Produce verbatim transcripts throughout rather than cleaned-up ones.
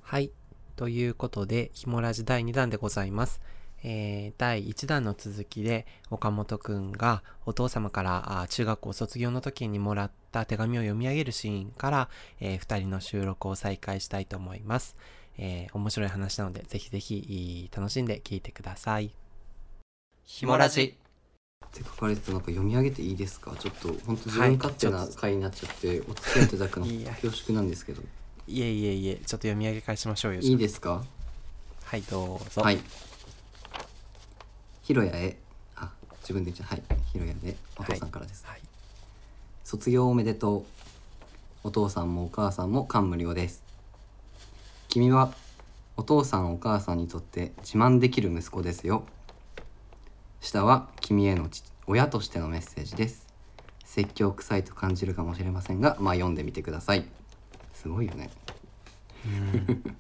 はい。ということで、ひもラジだいにだんでございます。えー、だいいちだんの続きで、岡本くんがお父様からあ中学校卒業の時にもらった手紙を読み上げるシーンから、えー、ふたりの収録を再開したいと思います。えー、面白い話なので、ぜひぜひ楽しんで聞いてください。 ひもラジって書かれてた、なんか読み上げていいですか？ちょっと本当自分勝手な回になっちゃって、お付き合いいただくの恐縮なんですけど。 いえいえいえ、ちょっと読み上げ返しましょうよ。 いいですか？ はい、どうぞ。 はい。ひろやへ、あ、自分で言っちゃう。はい。ひろやでお父さんからです。 はいはい、 卒業おめでとう。お父さんもお母さんも感無量です。君はお父さんお母さんにとって自慢できる息子ですよ。下は君への親としてのメッセージです。説教臭いと感じるかもしれませんが、まあ読んでみてください。すごいよね。 うん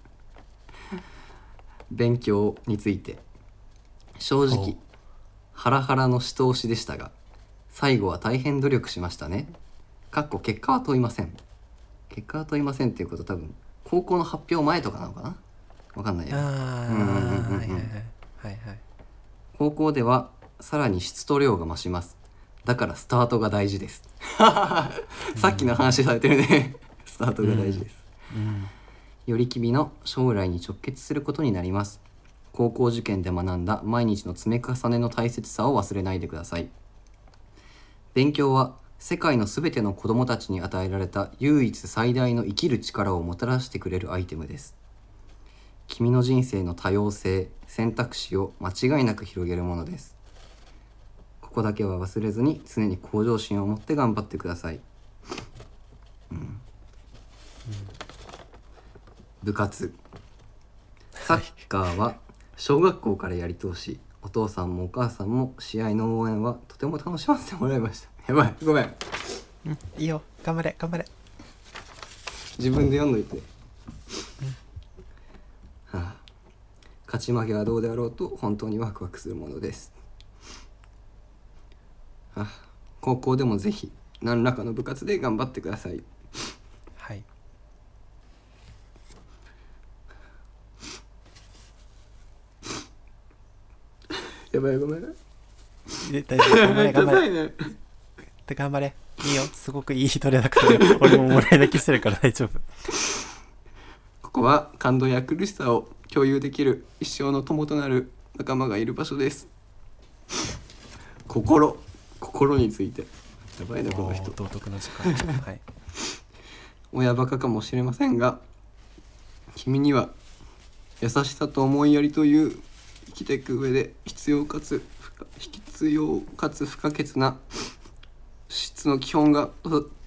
勉強について正直ハラハラのし通しでしたが、最後は大変努力しましたね。かっこ結果は問いません。結果は問いませんっていうこと、多分高校の発表前とかなのかな、わかんないよ。 あー、はいはいはいはいはい。 高校ではさらに質と量が増します。だからスタートが大事です。さっきの話されてるね。スタートが大事です。 うんうんより君の将来に直結することになります。高校受験で学んだ毎日の積み重ねの大切さを忘れないでください。勉強は世界のすべての子供たちに与えられた唯一最大の生きる力をもたらしてくれるアイテムです。君の人生の多様性、選択肢を間違いなく広げるものです。ここだけは忘れずに常に向上心を持って頑張ってください。うんうん、部活。サッカーは小学校からやり通し、お父さんもお母さんも試合の応援はとても楽しませてもらいました。やばい、ごめん。 うん、いいよ、頑張れ頑張れ。 自分で読んどいて。うん、はあ、勝ち負けはどうであろうと本当にワクワクするものです。はあ、高校でもぜひ何らかの部活で頑張ってください。 はい。 やばい、ごめん。 大丈夫、頑張れ頑張れ、 ね、 頑張れ。いいよ、すごくいい人でだから、ね、俺ももらい泣きしてるから大丈夫。 ここは感動や苦しさを共有できる一生の友となる仲間がいる場所です。心心について。やばいねこの人。 道徳の時間。はい。 親バカかもしれませんが、君には優しさと思いやりという生きていく上で必要かつ必要かつ不可欠な質の基本が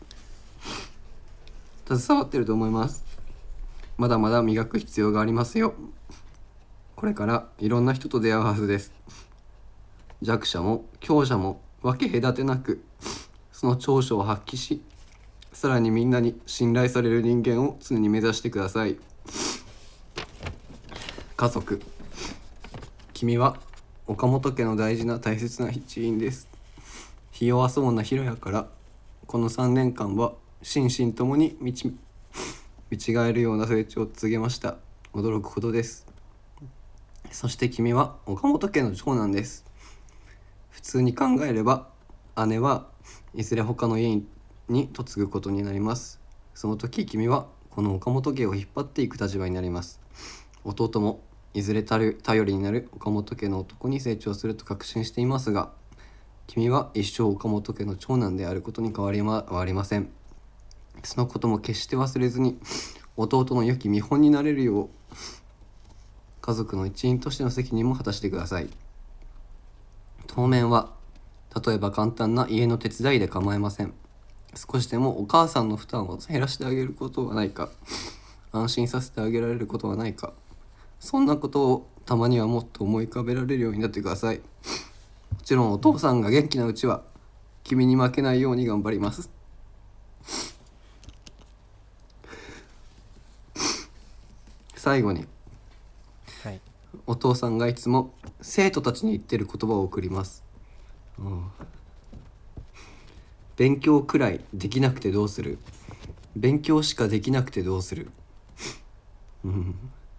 携わっていると思います。まだまだ磨く必要がありますよ。これからいろんな人と出会うはずです。弱者も強者も分け隔てなくその長所を発揮し、さらにみんなに信頼される人間を常に目指してください。家族。君は岡本家の大事な大切な一員です。ひ弱そうなヒロヤからこのさんねんかんは心身ともに見ち見違えるような成長を告げました。驚くほどです。そして君は岡本家の長男です。普通に考えれば姉はいずれ他の家に嫁ぐことになります。その時君はこの岡本家を引っ張っていく立場になります。弟もいずれ頼りになる岡本家の男に成長すると確信していますが、君は一生岡本家の長男であることに変わりはありません。そのことも決して忘れずに弟の良き見本になれるよう家族の一員としての責任も果たしてください。当面は例えば簡単な家の手伝いで構いません。少しでもお母さんの負担を減らしてあげることはないか、安心させてあげられることはないか、そんなことをたまにはもっと思い浮かべられるようになってください。もちろんお父さんが元気なうちは君に負けないように頑張ります。最後に、 はい、 お父さんがいつも生徒たちに言ってる言葉を送ります。うん、勉強くらいできなくてどうする。勉強しかできなくてどうする。 うん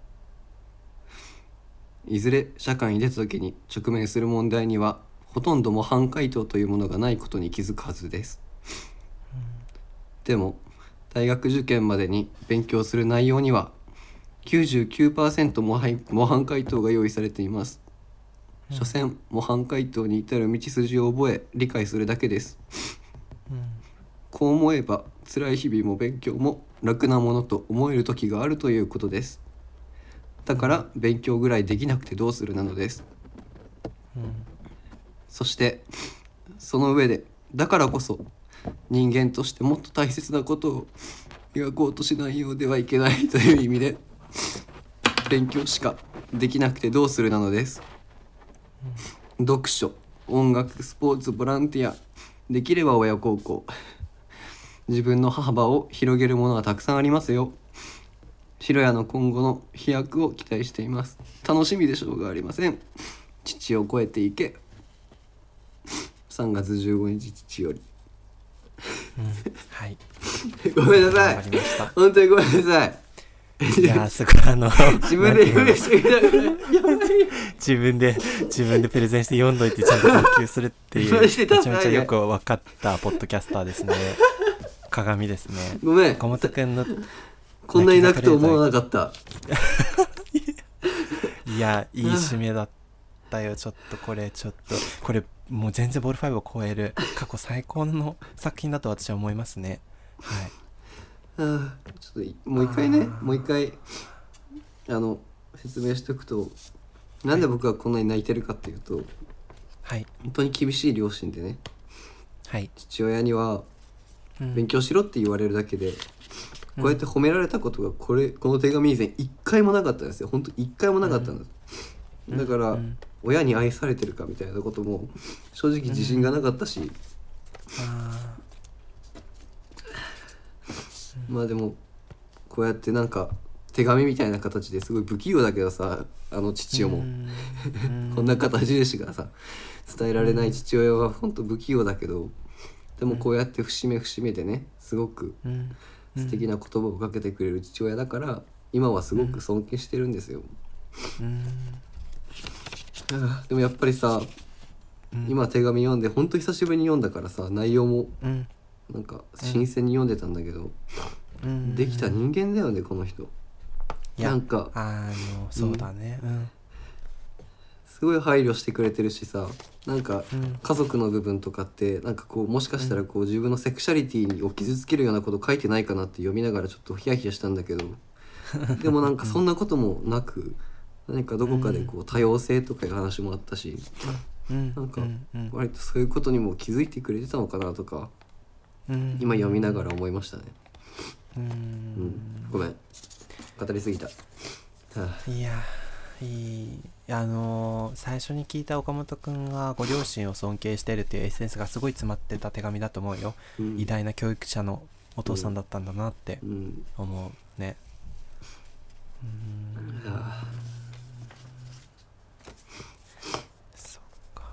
いずれ社会に出た時に直面する問題にはほとんど模範解答というものがないことに気づくはずです。でも大学受験までに勉強する内容には きゅうじゅうきゅうパーセント 模範模範解答が用意されています。 うん所詮模範解答に至る道筋を覚え理解するだけです。 うんこう思えば辛い日々も勉強も楽なものと思える時があるということです。だから勉強ぐらいできなくてどうするなのです。 うんそしてその上でだからこそ人間としてもっと大切なことを磨こうとしないようではいけないという意味で勉強しかできなくてどうするなのです。読書、音楽、スポーツ、ボランティア、できれば親孝行、自分の幅を広げるものはたくさんありますよ。白谷の今後の飛躍を期待しています。楽しみでしょうがありません。父を超えていけ。さんがつじゅうごにち父よりうんはいごめんなさわいかりました。 本当にごめんなさいいやーすごいあの自分で言うしてみたくない自分で自分でプレゼンして読んどいてちゃんと号泣するっていうマめジでちゃめちゃよく分かったポッドキャスターですね。鏡ですね。 ごめん岡本くんのこんなに泣くと思わなかったいやいい締めだったよ。ちょっとこれちょっとこれもう全然ボールファイブを超える過去最高の作品だと私は思いますね。はいあーちょっともう一回ねあーもう一回あの説明しておくとなんで僕がこんなに泣いてるかっていうとはい本当に厳しい両親でねはい、 父親にはうん勉強しろって言われるだけで、こうやって褒められたことがこれこの手紙以前一回もなかったんですよ。本当一回もなかったんです、 うんだから、 うん親に愛されてるかみたいなことも正直自信がなかったし、 あまあでもこうやってなんか手紙みたいな形ですごい不器用だけどさあの父ー親も、 うんこんな形でしかさ伝えられない父親は本当不器用だけどでもこうやって節目節目でねすごくうん素敵な言葉をかけてくれる父親だから今はすごく尊敬してるんですよ、 うんああでもやっぱりさうん今手紙読んで本当久しぶりに読んだからさ内容もうんなんか新鮮に読んでたんだけど、 うんできた人間だよねこの人。 いやなんかあのそうだねうんすごい配慮してくれてるしさなんかうん家族の部分とかってなんかこうもしかしたらこう自分のセクシャリティを傷つけるようなこと書いてないかなって読みながらちょっとヒヤヒヤしたんだけどでもなんかそんなこともなく何かどこかでこう多様性とかいう話もあったしうんなんかうんうん割とそういうことにも気づいてくれてたのかなとかうん今読みながら思いましたね。 ううんんごめん語りすぎた。はあいやいいあのー最初に聞いた岡本くんがご両親を尊敬してるっていうエッセンスがすごい詰まってた手紙だと思うよ。 うん偉大な教育者のお父さんだったんだなってうん思うね。うーんはあそっか。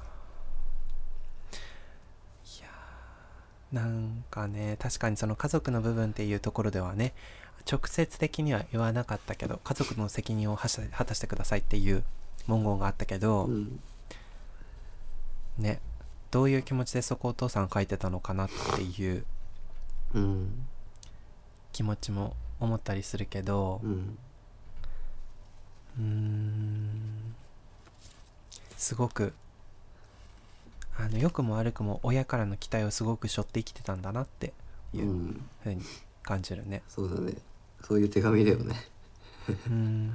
いやーなんかね確かにその家族の部分っていうところではね直接的には言わなかったけど家族の責任を果た果たしてくださいっていう文言があったけど、 うんねどういう気持ちでそこをお父さん書いてたのかなっていううん気持ちも思ったりするけどうんうーんすごくあの良くも悪くも親からの期待をすごく背負って生きてたんだなっていううん風に感じるね。 そうだねそういう手紙だよね。 うーん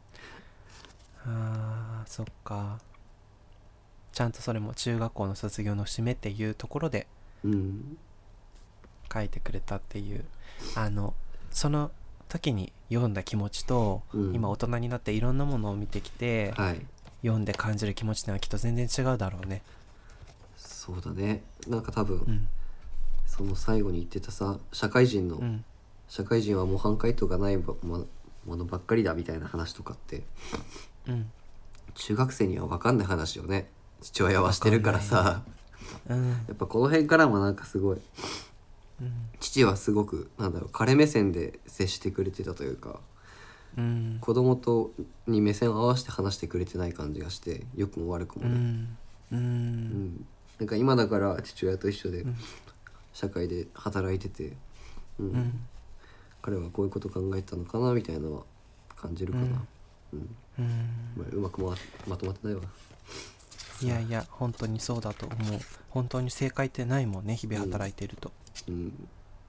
あーそっかちゃんとそれも中学校の卒業の節目っていうところでうん書いてくれたっていうあのその時に読んだ気持ちと、 うん今大人になっていろんなものを見てきて、 はい読んで感じる気持ちってのはきっと全然違うだろうね。 そうだねなんか多分、 うんその最後に言ってたさ社会人の、 うん社会人は模範解答がないももものばっかりだみたいな話とかってうん中学生には分かんない話をね父親はしてるからさうんやっぱこの辺からもなんかすごいうん父はすごくなんだろう彼目線で接してくれてたというかうん子供とに目線を合わせて話してくれてない感じがして、良くも悪くもね、 うんうんうんなんか今だから父親と一緒でうん社会で働いてて、うんうん彼はこういうこと考えたのかなみたいなのは感じるかな、うんうんまあ、うまくままとまってないわ。 いやいや本当にそうだと思う。本当に正解ってないもんね、日々働いていると。 うん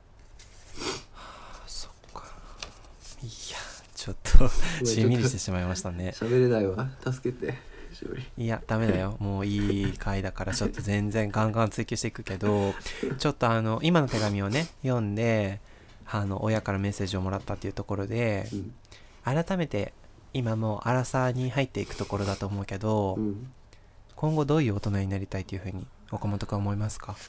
そっか。いやちょっとしんみりしてしまいましたね。 喋れないわ、助けてしおり。 いやダメだよ、もういい回だからちょっと全然ガンガン追求していくけど、ちょっとあの今の手紙をね読んで、あの親からメッセージをもらったっていうところで、 うん改めて今もうアラサーに入っていくところだと思うけど、 うん今後どういう大人になりたいというふうに岡本君は思いますか？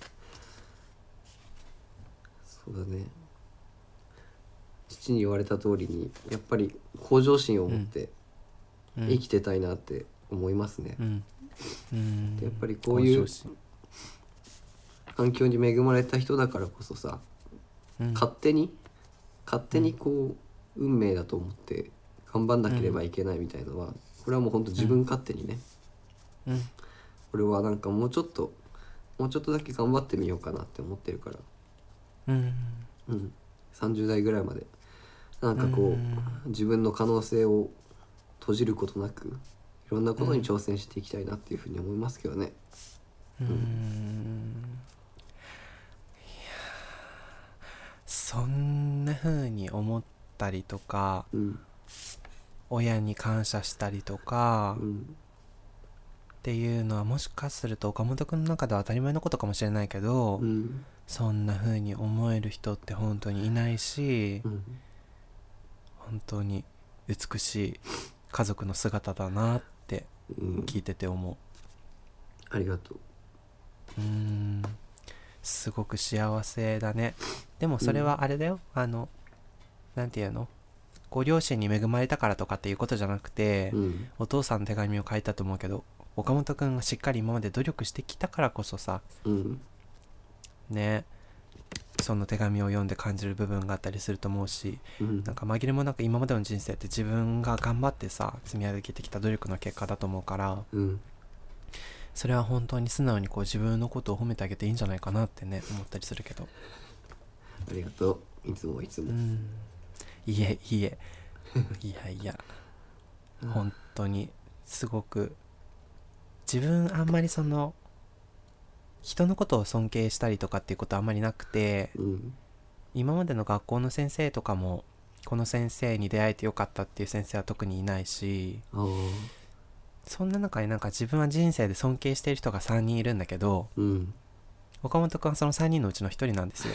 そうだね、父に言われた通りにやっぱり向上心を持ってうん生きてたいなって思いますね、 うんうんでやっぱりこういう向上心環境に恵まれた人だからこそさ、 うん勝手に勝手にこう、運命だと思って頑張んなければいけないみたいのは、これはもうほんと自分勝手にね、 うん俺はなんかもうちょっともうちょっとだけ頑張ってみようかなって思ってるから、 うんうん、さんじゅう代ぐらいまでなんかこう、 うん自分の可能性を閉じることなくいろんなことに挑戦していきたいなっていうふうに思いますけどね。 うーんいやそんな風に思ったりとか、 うん親に感謝したりとかっうんていうのはもしかすると岡本君の中では当たり前のことかもしれないけど、 うんそんな風に思える人って本当にいないし、 うん本当に美しい家族の姿だなってうん聞いてて思う。 ありがとう。 うーんすごく幸せだね。でもそれはあれだよ、あのなんていうの、ご両親に恵まれたからとかっていうことじゃなくて、 うんお父さんの手紙を書いたと思うけど、岡本くんがしっかり今まで努力してきたからこそさうんね、その手紙を読んで感じる部分があったりすると思うし、 うんなんか紛れもなく今までの人生って自分が頑張ってさ積み上げてきた努力の結果だと思うから、 うんそれは本当に素直にこう自分のことを褒めてあげていいんじゃないかなってね思ったりするけど、 ありがとう、いつもいつも。 うんいえいえいやいや本当にすごく自分あんまりその人のことを尊敬したりとかっていうことはあんまりなくて、 うん今までの学校の先生とかもこの先生に出会えてよかったっていう先生は特にいないし、 あーそんな中になんか自分は人生で尊敬している人がさんにんいるんだけど、 うん岡本君はそのさんにんのうちのひとりなんですよ。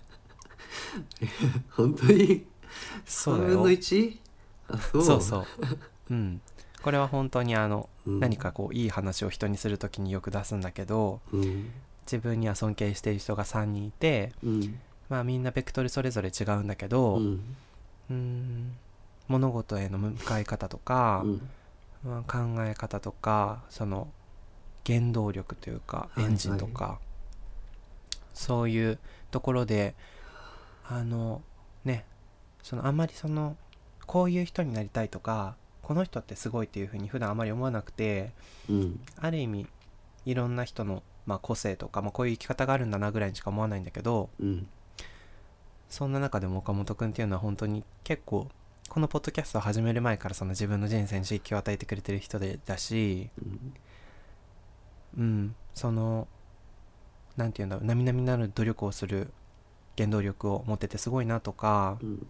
本当にそうだよさんぶんのいち？あ、そうそうそううんこれは本当にあの、 うん何かこういい話を人にするときによく出すんだけど、 うん自分には尊敬している人がさんにんいて、 うんまあみんなベクトルそれぞれ違うんだけうど、 んうーん物事への向かい方とか、 うんまあ、考え方とかその原動力というかいエンジンとか、そういうところであのねそのあんまりそのこういう人になりたいとかこの人ってすごいっていう風に普段あまり思わなくて、 うんある意味いろんな人の、まあ、個性とか、まあ、こういう生き方があるんだなぐらいにしか思わないんだけど、 うんそんな中でも岡本くんっていうのは本当に結構このポッドキャストを始める前からその自分の人生に刺激を与えてくれてる人でだし、 うんうんそのなんていうんだろう並々なる努力をする原動力を持っててすごいなとか、 うん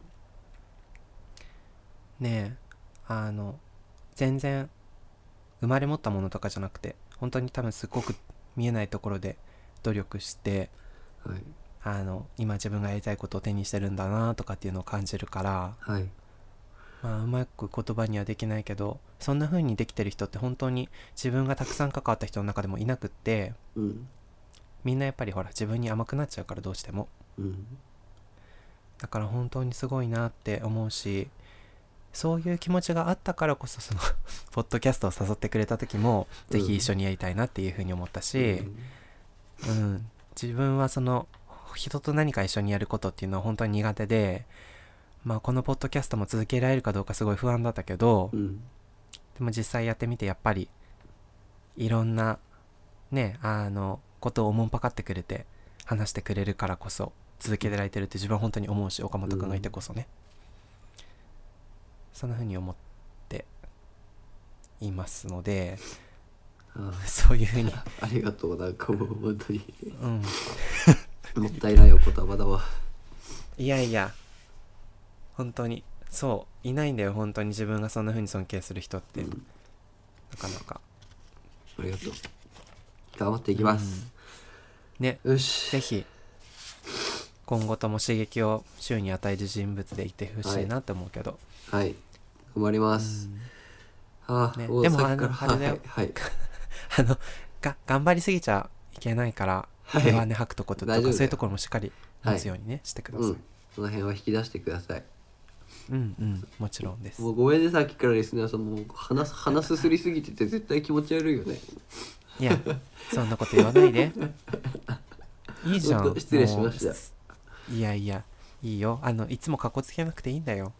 ねえあの全然生まれ持ったものとかじゃなくて本当に多分すごく見えないところで努力してはいあの今自分がやりたいことを手にしてるんだなとかっていうのを感じるから、 はいまあうまく言葉にはできないけどそんな風にできてる人って本当に自分がたくさん関わった人の中でもいなくって、 うんみんなやっぱりほら自分に甘くなっちゃうからどうしても、 うんだから本当にすごいなって思うし、そういう気持ちがあったからこそそのポッドキャストを誘ってくれた時も、 うんぜひ一緒にやりたいなっていう風に思ったし、うん、自分はその人と何か一緒にやることっていうのは本当に苦手で、 まあこのポッドキャストも続けられるかどうかすごい不安だったけど、 うんでも実際やってみてやっぱりいろんなねあのことをおもんぱかってくれて話してくれるからこそ続けられてるって自分は本当に思うし、岡本くんがいてこそね、そんな風に思っていますので、 あそういう風にあ、ありがとう。なんかもう本当にうんもったいないお言葉だわ。 いやいや本当にそういないんだよ、本当に自分がそんな風に尊敬する人って、 うん、 なかなか。 ありがとう。頑張っていきます、 うん、ね、 よし。 ぜひ今後とも刺激を周囲に与える人物でいてほしいなって思うけど、 はい、頑張ります、 うんはあ、 ね、 もうでもあさっきからのあれだよ、 はい、はい、 あのが頑張りすぎちゃいけないから、 はい弱音吐くとこととか大丈夫だよそういうところもしっかり持つようにね、してください。 うん、その辺は引き出してください。 うんうんもちろんです。 もうごめんね、さっきからリスナーさんもう話す話すすりすぎてて絶対気持ち悪いよね。 いやそんなこと言わないでいいじゃん。 本当失礼しました。 もういやいやいいよ、あのいつもかっこつけなくていいんだよ、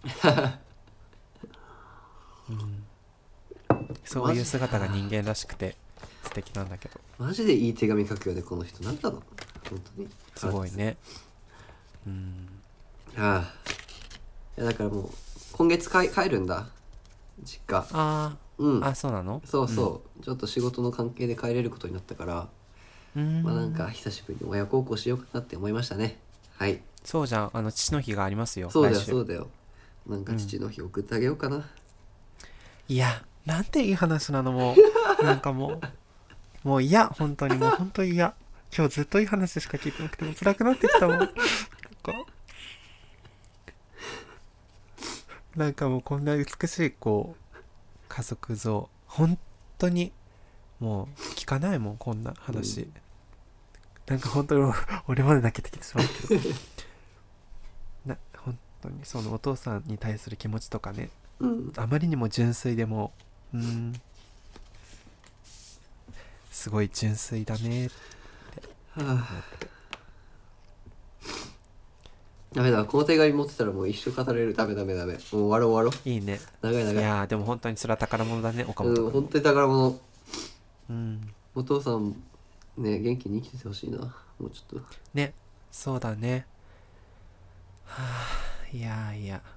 うん、そういう姿が人間らしくて素敵なんだけど、 マジでいい手紙書くよねこの人。なんだろう本当にすごいね。うんああ、いやだからもう今月か帰るんだ実家。 あー、 うんあそうなの。 そうそう、ちょっと仕事の関係で帰れることになったから、 うんまあなんか久しぶりに親孝行しようかなって思いましたね。はい、 そうじゃん、あの父の日がありますよ。 そうだよ来週そうだよ。なんか父の日送ってあげようかな、 いやなんていい話なの、もうなんかもうもう嫌、本当にもう本当に嫌。今日ずっといい話しか聞いてなくても辛くなってきたもん。なんかなんかもうこんな美しいこう家族像本当にもう聞かないもんこんな話、うん、なんか本当に俺まで泣けてきてしまうけどな本当にそのお父さんに対する気持ちとかね、 うん、 あまりにも純粋でもうーんすごい純粋だねって思って、はあ、 ダメだ、この手紙持ってたらもう一生語れる。ダメダメダメ、もう終わろう終わろう。 いいね。 長い長い。いやーでも本当にそれは宝物だね、岡本君。 うん本当に宝物。 うんお父さんね元気に生きててほしいな、もうちょっとね。そうだね。はあ、いやいや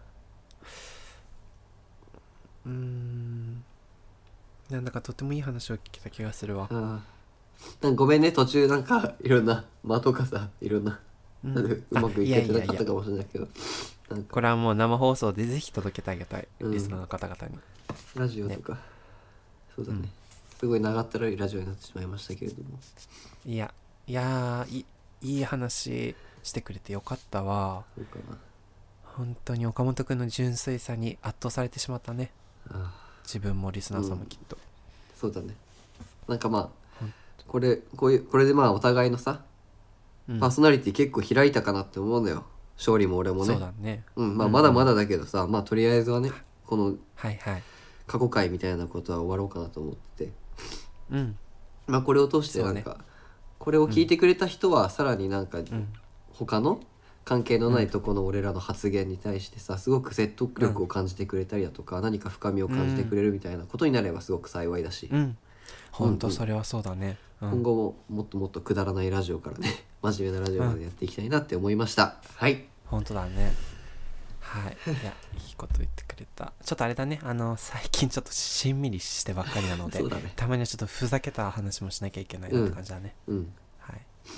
うーんなんだかとてもいい話を聞けた気がするわ。 ああ、なんかごめんね途中なんかいろんな間とかさいろんな、うん、なんでうまくいけてなかったかもしれないけど、なんかこれはもう生放送でぜひ届けてあげたい、 うん、 リスナーの方々に。 ラジオとか、ね、そうだね、うん、すごい長ったらいラジオになってしまいましたけれども、 いやいやいいい話してくれてよかったわ。 そうかな。 本当に岡本くんの純粋さに圧倒されてしまったね。 ああ自分もリスナーさんもきっと、 うん、そうだね。なんかまあこれこういうこれでまあお互いのさ、うん、パーソナリティ結構開いたかなって思うんだよ、勝利も俺もね。 そうだね、 うんまあ、まだまだだけどさ、うんうん、まあとりあえずはねこのはいはい過去回みたいなことは終わろうかなと思って、 うんまあこれを通してなんか、ね、これを聞いてくれた人はさらになんか、うん、他の関係のないとこの俺らの発言に対してさすごく説得力を感じてくれたりだとか、うん、何か深みを感じてくれるみたいなことになればすごく幸いだし、 うん、ほんとそれはそうだね、 うん、今後ももっともっとくだらないラジオからね真面目なラジオまでやっていきたいなって思いました、うん、はいほんとだね。はい、いやいいこと言ってくれた。ちょっとあれだね、あの最近ちょっとしんみりしてばっかりなので、 そうだね、 たまにはちょっとふざけた話もしなきゃいけないなって感じだね。 うん、うん、 はい。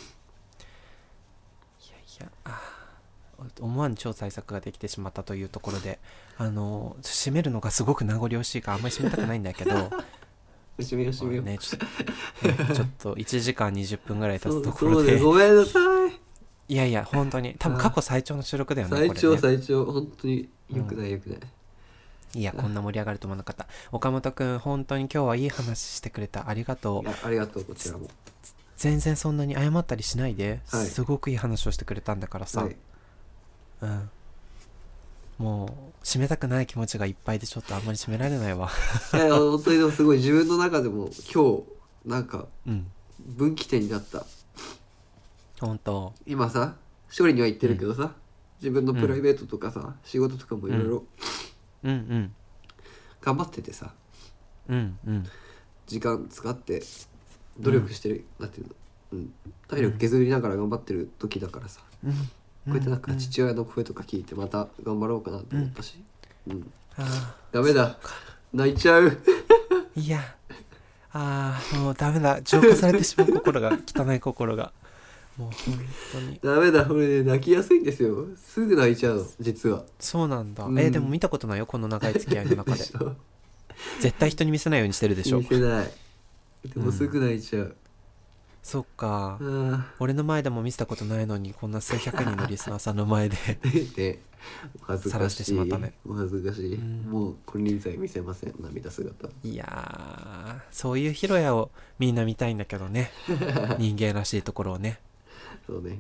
いやいや、あ思わぬ超対策ができてしまったというところで、あの締めるのがすごく名残惜しいからあんまり締めたくないんだけど締めよう締めよう、 ね、ちょっと、ね、ちょっといちじかんにじゅっぷんぐらい経つところで、 そうそうごめんなさい。 いやいや本当に多分過去最長の収録だよね。 最長、 これね、 最長本当によくないよくない、 うん、いやこんな盛り上がると思わなかった。岡本くん本当に今日はいい話してくれた、ありがとう。 いやありがとう、こちらも全然そんなに謝ったりしないで、 はい、 すごくいい話をしてくれたんだからさ、はい、うんもう締めたくない気持ちがいっぱいでちょっとあんまり締められないわいや本当にでもすごい自分の中でも今日なんか分岐点になった、 うん、本当今さ勝利には言ってるけどさ、 自分のプライベートとかさ、仕事とかもいろいろうんうん頑張っててさ、 うんうん時間使って努力してる、なんていうの、うん、体力削りながら頑張ってる時だからさ、 うんこうやってなんか父親の声とか聞いてまた頑張ろうかなと思ったし、うん、 あダメだ、泣いちゃうーいやあーもうダメだ、浄化されてしまう心が汚い心がもう本当にダメだ、俺ね泣きやすいんですよ。すぐ泣いちゃうの実は。 そうなんだ、 うんえーでも見たことないよこの長い付き合いの中ででしょ絶対人に見せないようにしてるでしょ。 見せない。でもすぐ泣いちゃう、 そっか、 あ俺の前でも見せたことないのにこんな数百人のリスナーさんの前でーでお恥ずか晒してしいしまったね。 お恥ずかしい、 うんもう金輪際見せません、涙姿。 いやーそういうヒロヤをみんな見たいんだけどね人間らしいところをね。 そうね、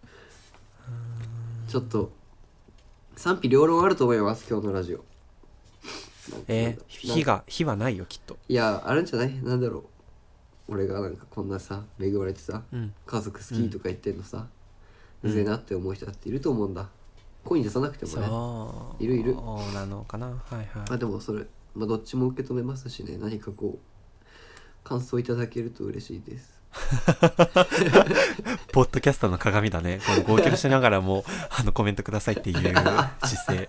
ちょっと賛否両論あると思います今日のラジオ。 えー、 なんだ火が火はないよきっと。 いやあるんじゃない、なんだろう、俺がなんかこんなさ恵まれてさ、 うん家族好きとか言ってんのさ、うぜえなって思う人だっていると思うんだ。声に出さなくてもね。 そういるいるそうなのかな。はいはい。 まあでもそれ、まあ、どっちも受け止めますしね、何かこう感想いただけると嬉しいです。 ポッドキャスターの鏡だね。この号泣しながらもあのコメントくださいっていう姿勢。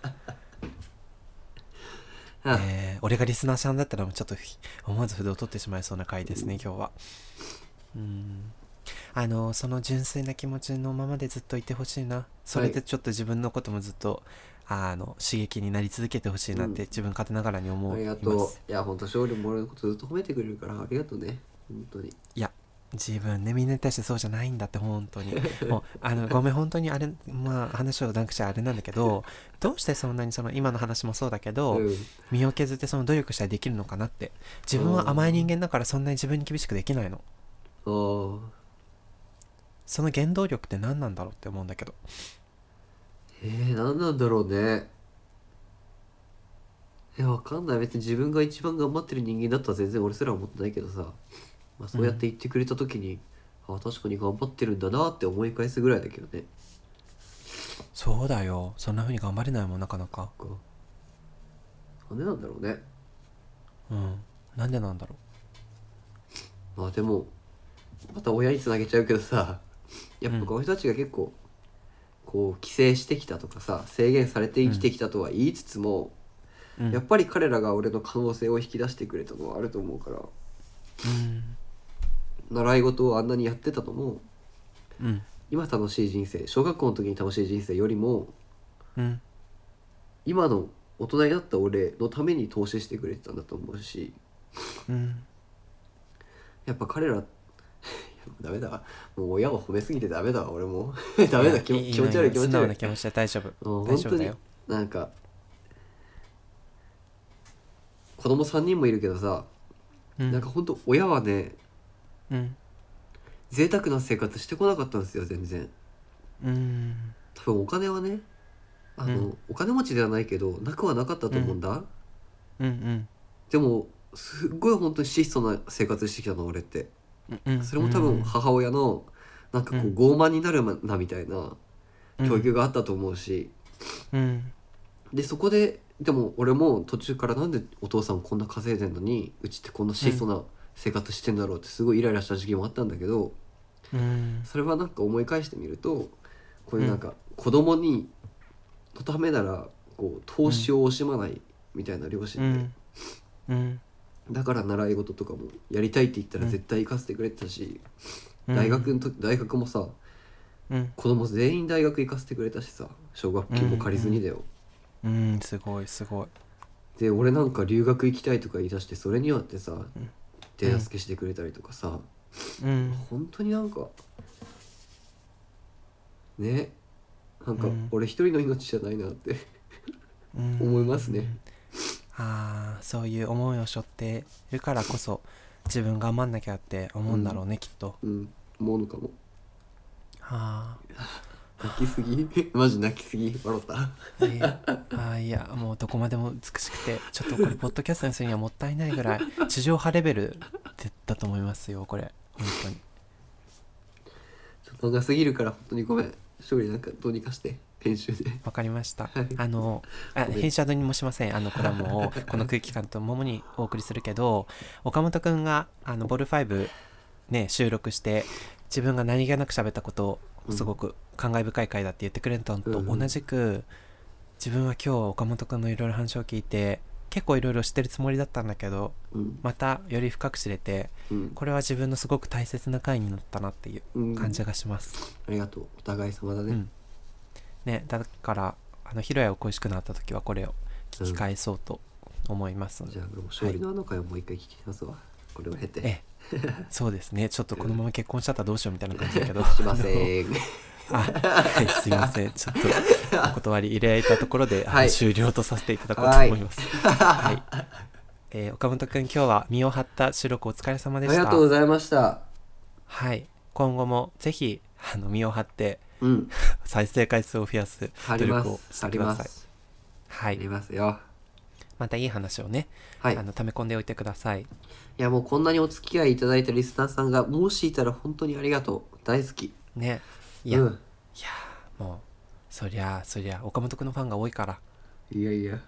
あえー、俺がリスナーさんだったらもうちょっと思わず筆を取ってしまいそうな回ですね今日は。うんあのその純粋な気持ちのままでずっといてほしいな。それでちょっと自分のこともずっと、あの刺激になり続けてほしいなって自分勝手ながらに思ありいます。 がとう。いやほんと勝利も俺のことずっと褒めてくれるからありがとうね本当に。 いや自分ねみんなに対してそうじゃないんだって本当にもうあのごめん本当にあれまあ話をなくちゃあれなんだけどどうしてそんなにその今の話もそうだけど、 うん、 身を削ってその努力したらできるのかなって。自分は甘い人間だからそんなに自分に厳しくできないの。 あーその原動力って何なんだろうって思うんだけど。 えー、何なんだろうね。えわかんない。別に自分が一番頑張ってる人間だったら全然俺すら思ってないけどさ、まあ、そうやって言ってくれた時に、うん、あ確かに頑張ってるんだなって思い返すぐらいだけどね。 そうだよ、そんな風に頑張れないもんなかなか。 なんでなんだろうね。 うんなんでなんだろまあでもまた親につなげちゃうけどさ、やっぱこの人たちが結構こう規制してきたとかさ制限されて生きてきたとは言いつつも、 う、うん、 やっぱり彼らが俺の可能性を引き出してくれたのはあると思うから、 うん習い事をあんなにやってたのもうん今楽しい人生、小学校の時に楽しい人生よりもうん今の大人になった俺のために投資してくれてたんだと思うし、 うんやっぱ彼らダメだわ、もう親を褒めすぎてダメだわ俺もダメだ、気いい気持ち悪い気持素ち悪い。 直な気持ちで大丈夫もう本当に大丈夫だよ。 なんか子供さんにんもいるけどさ、 うんなんか本当親はねうん贅沢な生活してこなかったんですよ全然。 うん多分お金はねあの、 うん、 お金持ちではないけどなくはなかったと思うんだ、 うんうんでもすっごい本当に質素な生活してきたの俺って。 うんそれも多分母親のなんかこううん傲慢になるなみたいなうん教育があったと思うし、 うんでそこででも俺も途中からなんでお父さんこんな稼いでんのにうちってこんな質素な生活してんだろうってすごいイライラした時期もあったんだけど、 うんそれはなんか思い返してみるとこういうなんか子供にのためならこう投資を惜しまないみたいな両親で、 うんうんだから習い事とかもやりたいって言ったら絶対行かせてくれてたし、 うん大学の時大学もさうん子供全員大学行かせてくれたしさ奨学金も借りずにだよ、 うんすごいすごい。 で俺なんか留学行きたいとか言い出してそれにはってさ、手助けしてくれたりとかさ、 うん本当になんかねなんかうん俺一人の命じゃないなってうん思いますね。 ああそういう思いを背負ってるからこそ自分頑張んなきゃって思うんだろうね、きっと。 うん思うのかも。 は泣きすぎマジ泣きすぎ笑ったあいやあーいやもうどこまでも美しくてちょっとこれポッドキャストにするにはもったいないぐらい地上波レベルだと思いますよこれ本当に。 ちょっと長すぎるから本当にごめん勝利なんかどうにかして編集で。 わかりました。 はいあのあごめん編集は何もしません。あのこれはもうこの空気感とももにお送りするけど、岡本くんがあのボルファイブね収録して自分が何気なく喋ったことをすごく感慨深い回だって言ってくれたのと同じく、自分は今日岡本くんのいろいろ話を聞いて結構いろいろ知ってるつもりだったんだけど、 うんまたより深く知れて、 うんこれは自分のすごく大切な回になったなっていううん感じがします。 ありがとう、お互い様だね。 うんね、だからあのヒロヤを恋しくなった時はこれを聞き返そうと思いますので、 じゃあ俺も勝利のあの回をもう一回聞きますわ、これを経て。 ええそうですね。ちょっとこのまま結婚しちゃったらどうしようみたいな感じだけどしません。 あはいすいません、ちょっとお断り入れられたところで、あのはい終了とさせていただこうと思います。はい、えー岡本くん今日は身を張った収録お疲れ様でありした。 がとうございました。 はい、今後もぜひあの身を張ってうん、 再生回数を増やす貼りま努力をしす。貼りてください。 ます。 はい、 貼りますよ。 またいい話をね、 はい。いあの溜め込んでおいてください。 やもうこんなにお付き合いいただいたリスナーさんがもしいたら本当にありがとう。大好き。 ね、いや、 うん、 いやもうそりゃそりゃ岡本くんのファンが多いからいやいや。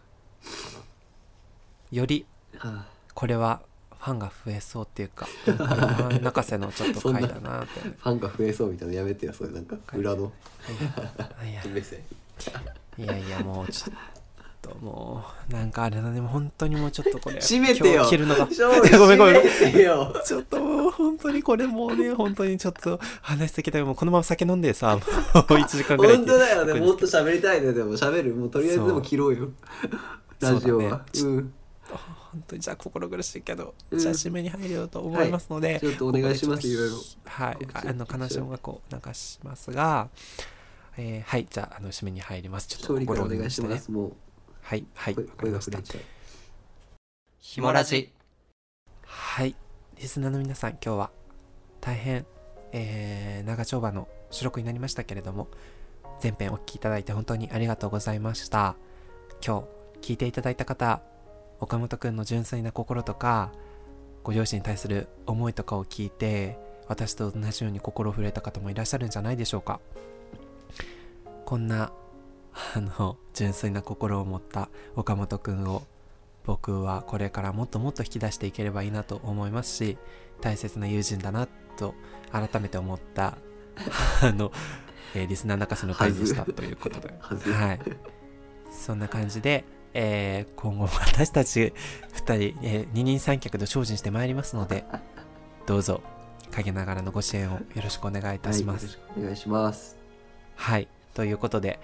よりあこれはファンが増えそうっていうか、これはファン泣かせのちょっと回だなって。 ファンが増えそうみたいなのやめてよ、それなんか裏のいや目線。 いやいやもうちょっともうなんかあれだね、もう本当にもうちょっとこれ閉めてよ。 今日切るのが勝利ごめんごめん閉めてよ。 ちょっともう本当にこれもうね本当にちょっと話しすぎたよ。もうこのまま酒飲んでさもういちじかんぐらい本当だよね。もっとそ喋りたいね。でも喋る。もうとりあえずでも切ろうよ。ラジオは。 そううん。 本当にじゃあ心苦しいけど、 うんじゃあ締めに入るよと思いますので、 ちょっとお願いします。 ここでちょっといろいろ。 はい告知あの悲しい音楽を流しますが、えーはいじゃああの締めに入ります。ちょっと勝利からお心を願いします。もうはいはい声わかりました声が触れ。ちゃう。 ひもラジ。はいリスナーの皆さん今日は大変、えー長丁場の収録になりましたけれども、全編お聞きいただいて本当にありがとうございました。今日聞いていただいた方、岡本くんの純粋な心とかご両親に対する思いとかを聞いて、私と同じように心震えた方もいらっしゃるんじゃないでしょうか。こんなあの純粋な心を持った岡本くんを僕はこれからもっともっと引き出していければいいなと思いますし、大切な友人だなと改めて思ったあの、えーリスナー泣かせの回でしたということで、 はずはい、そんな感じで、えー今後も私たちふたり、えー二人三脚で精進してまいりますので、どうぞ陰ながらのご支援をよろしくお願いいたします。 はい、よろしくお願いします。 はい、ということで、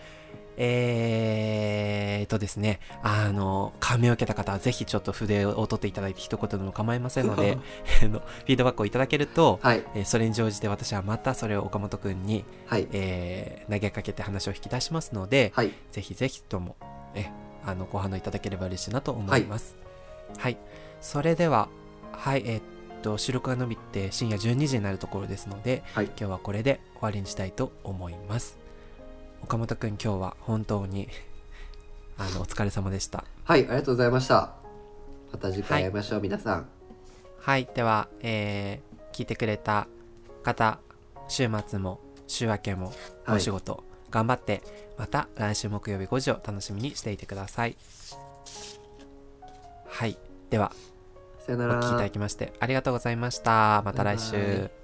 えーっとですね、あの、感銘を受けた方はぜひちょっと筆を取っていただいて一言でも構いませんので、あのフィードバックをいただけると、 はいえーそれに乗じて私はまたそれを岡本くんに、 はいえー投げかけて話を引き出しますので、 はいぜひぜひとも、えあのご反応いただければ嬉しいなと思います。はい、それでは、はい、えーっと収録が伸びて深夜じゅうにじになるところですので、 はい今日はこれで終わりにしたいと思います。岡本くん今日は本当にあのお疲れ様でした。 はい、ありがとうございました。また次回会いましょう、皆さん。 はい、では、えー聞いてくれた方、週末も週明けもお仕事頑張って、また来週木曜日ごじを楽しみにしていてください。はい、ではさよなら。 お聞きいただきましてありがとうございました。また来バイバ週。